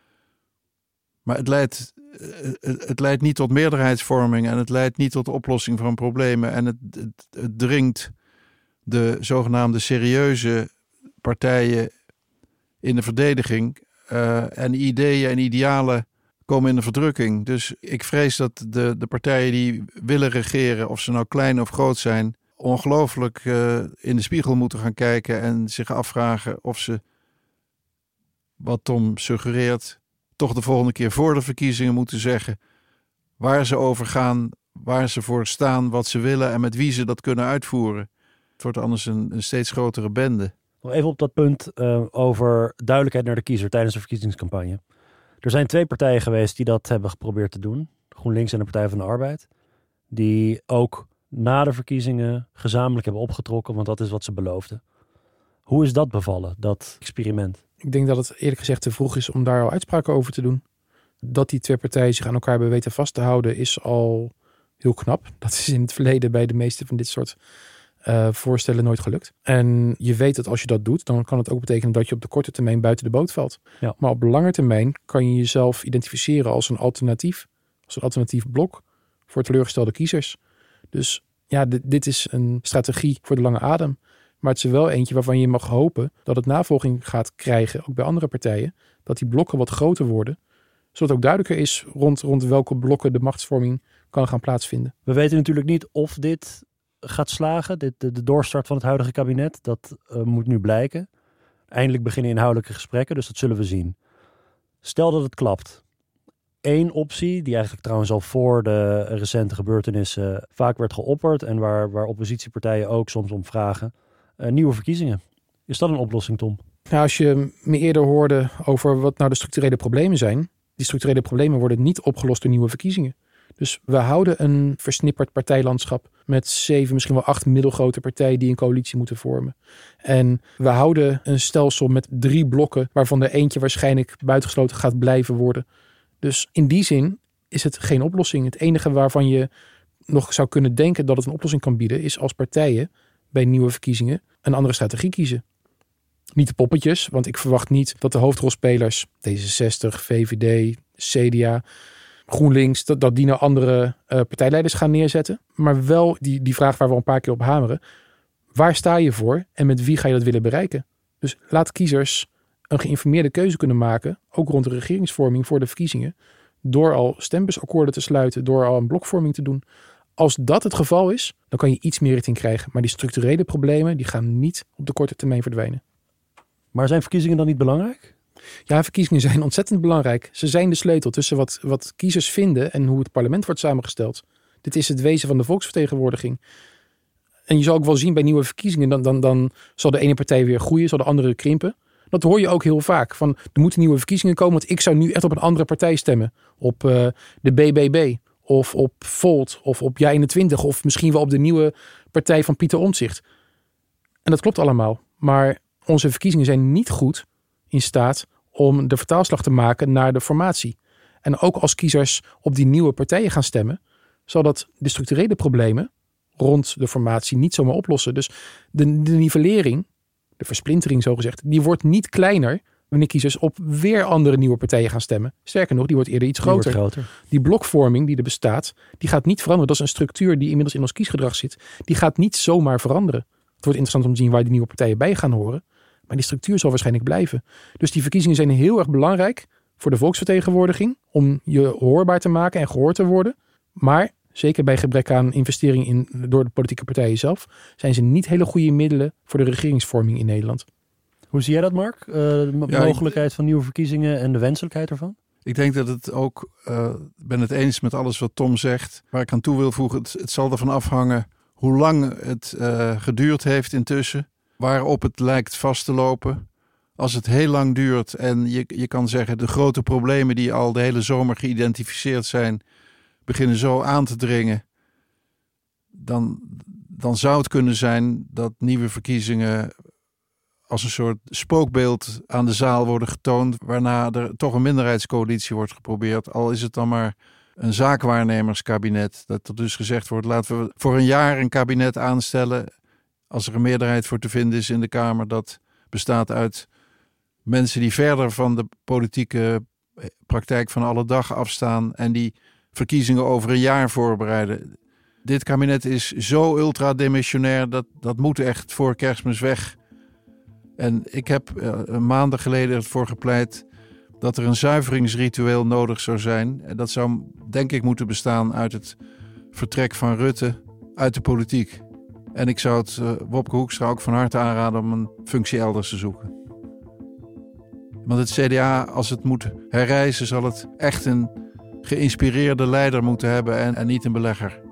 [SPEAKER 6] Maar het leidt, het, het leidt niet tot meerderheidsvorming en het leidt niet tot de oplossing van problemen. En het, het, het dringt de zogenaamde serieuze partijen in de verdediging. Uh, en ideeën en idealen komen in de verdrukking. Dus ik vrees dat de, de partijen die willen regeren, of ze nou klein of groot zijn, ongelooflijk uh, in de spiegel moeten gaan kijken en zich afvragen of ze, wat Tom suggereert, toch de volgende keer voor de verkiezingen moeten zeggen waar ze over gaan, waar ze voor staan, wat ze willen en met wie ze dat kunnen uitvoeren. Het wordt anders een, een steeds grotere bende.
[SPEAKER 5] Nog even op dat punt uh, over duidelijkheid naar de kiezer tijdens de verkiezingscampagne. Er zijn twee partijen geweest die dat hebben geprobeerd te doen. GroenLinks en de Partij van de Arbeid. Die ook na de verkiezingen gezamenlijk hebben opgetrokken, want dat is wat ze beloofden. Hoe is dat bevallen, dat experiment?
[SPEAKER 7] Ik denk dat het eerlijk gezegd te vroeg is om daar al uitspraken over te doen. Dat die twee partijen zich aan elkaar hebben weten vast te houden is al heel knap. Dat is in het verleden bij de meeste van dit soort uh, voorstellen nooit gelukt. En je weet dat als je dat doet, dan kan het ook betekenen dat je op de korte termijn buiten de boot valt.
[SPEAKER 5] Ja.
[SPEAKER 7] Maar op lange termijn kan je jezelf identificeren als een alternatief. Als een alternatief blok voor teleurgestelde kiezers. Dus ja, dit, dit is een strategie voor de lange adem. Maar het is wel eentje waarvan je mag hopen dat het navolging gaat krijgen, ook bij andere partijen. Dat die blokken wat groter worden, zodat ook duidelijker is rond, rond welke blokken de machtsvorming kan gaan plaatsvinden.
[SPEAKER 5] We weten natuurlijk niet of dit gaat slagen, dit, de, de doorstart van het huidige kabinet. Dat uh, moet nu blijken. Eindelijk beginnen inhoudelijke gesprekken, dus dat zullen we zien. Stel dat het klapt. Eén optie, die eigenlijk trouwens al voor de recente gebeurtenissen vaak werd geopperd en waar, waar oppositiepartijen ook soms om vragen. Uh, nieuwe verkiezingen. Is dat een oplossing, Tom?
[SPEAKER 7] Nou, als je me eerder hoorde over wat nou de structurele problemen zijn. Die structurele problemen worden niet opgelost door nieuwe verkiezingen. Dus we houden een versnipperd partijlandschap met zeven, misschien wel acht middelgrote partijen die een coalitie moeten vormen. En we houden een stelsel met drie blokken waarvan er eentje waarschijnlijk buitengesloten gaat blijven worden. Dus in die zin is het geen oplossing. Het enige waarvan je nog zou kunnen denken dat het een oplossing kan bieden is als partijen bij nieuwe verkiezingen een andere strategie kiezen. Niet de poppetjes, want ik verwacht niet dat de hoofdrolspelers D zesenzestig, V V D, C D A, GroenLinks, dat, dat die nou andere uh, partijleiders gaan neerzetten. Maar wel die, die vraag waar we al een paar keer op hameren. Waar sta je voor en met wie ga je dat willen bereiken? Dus laat kiezers een geïnformeerde keuze kunnen maken, ook rond de regeringsvorming voor de verkiezingen, door al stembusakkoorden te sluiten, door al een blokvorming te doen. Als dat het geval is, dan kan je iets meer richting krijgen. Maar die structurele problemen, die gaan niet op de korte termijn verdwijnen.
[SPEAKER 5] Maar zijn verkiezingen dan niet belangrijk?
[SPEAKER 7] Ja, verkiezingen zijn ontzettend belangrijk. Ze zijn de sleutel tussen wat, wat kiezers vinden en hoe het parlement wordt samengesteld. Dit is het wezen van de volksvertegenwoordiging. En je zal ook wel zien bij nieuwe verkiezingen, dan, dan, dan zal de ene partij weer groeien, zal de andere krimpen. Dat hoor je ook heel vaak. Van, er moeten nieuwe verkiezingen komen, want ik zou nu echt op een andere partij stemmen. Op uh, de B B B. Of op Volt, of op Ja eenentwintig, of misschien wel op de nieuwe partij van Pieter Omtzigt. En dat klopt allemaal. Maar onze verkiezingen zijn niet goed in staat om de vertaalslag te maken naar de formatie. En ook als kiezers op die nieuwe partijen gaan stemmen, zal dat de structurele problemen rond de formatie niet zomaar oplossen. Dus de, de nivellering, de versplintering zogezegd, die wordt niet kleiner wanneer kiezers op weer andere nieuwe partijen gaan stemmen. Sterker nog, die wordt eerder iets groter.
[SPEAKER 5] Die, wordt groter.
[SPEAKER 7] Die blokvorming die er bestaat, die gaat niet veranderen. Dat is een structuur die inmiddels in ons kiesgedrag zit. Die gaat niet zomaar veranderen. Het wordt interessant om te zien waar die nieuwe partijen bij gaan horen. Maar die structuur zal waarschijnlijk blijven. Dus die verkiezingen zijn heel erg belangrijk voor de volksvertegenwoordiging. Om je hoorbaar te maken en gehoord te worden. Maar zeker bij gebrek aan investering in, door de politieke partijen zelf, zijn ze niet hele goede middelen voor de regeringsvorming in Nederland.
[SPEAKER 5] Hoe zie jij dat, Mark? Uh, de m-
[SPEAKER 6] Ja,
[SPEAKER 5] mogelijkheid
[SPEAKER 6] ik,
[SPEAKER 5] van nieuwe verkiezingen en de wenselijkheid ervan?
[SPEAKER 6] Ik denk dat het ook, uh, ben het eens met alles wat Tom zegt. Waar ik aan toe wil voegen, het, het zal ervan afhangen hoe lang het uh, geduurd heeft intussen. Waarop het lijkt vast te lopen. Als het heel lang duurt en je, je kan zeggen de grote problemen die al de hele zomer geïdentificeerd zijn, beginnen zo aan te dringen. Dan, dan zou het kunnen zijn dat nieuwe verkiezingen als een soort spookbeeld aan de zaal worden getoond, waarna er toch een minderheidscoalitie wordt geprobeerd. Al is het dan maar een zaakwaarnemerskabinet. Dat er dus gezegd wordt, laten we voor een jaar een kabinet aanstellen. Als er een meerderheid voor te vinden is in de Kamer, dat bestaat uit mensen die verder van de politieke praktijk van alle dag afstaan en die verkiezingen over een jaar voorbereiden. Dit kabinet is zo ultradimensionair, dat, dat moet echt voor Kerstmis weg. En ik heb uh, maanden geleden ervoor gepleit dat er een zuiveringsritueel nodig zou zijn. En dat zou denk ik moeten bestaan uit het vertrek van Rutte uit de politiek. En ik zou het uh, Wopke Hoekstra ook van harte aanraden om een functie elders te zoeken. Want het C D A, als het moet herrijzen, zal het echt een geïnspireerde leider moeten hebben en, en niet een belegger.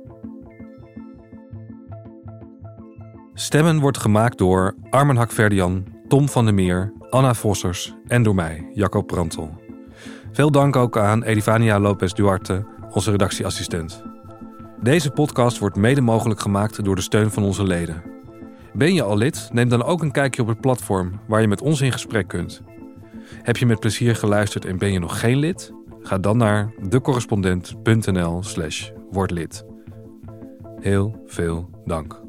[SPEAKER 4] Stemmen wordt gemaakt door Armen Hakverdian, Tom van der Meer, Anna Vossers en door mij, Jacob Brantel. Veel dank ook aan Edivania Lopez Duarte, onze redactieassistent. Deze podcast wordt mede mogelijk gemaakt door de steun van onze leden. Ben je al lid? Neem dan ook een kijkje op het platform waar je met ons in gesprek kunt. Heb je met plezier geluisterd en ben je nog geen lid? Ga dan naar decorrespondent punt n l slash word lid. Heel veel dank.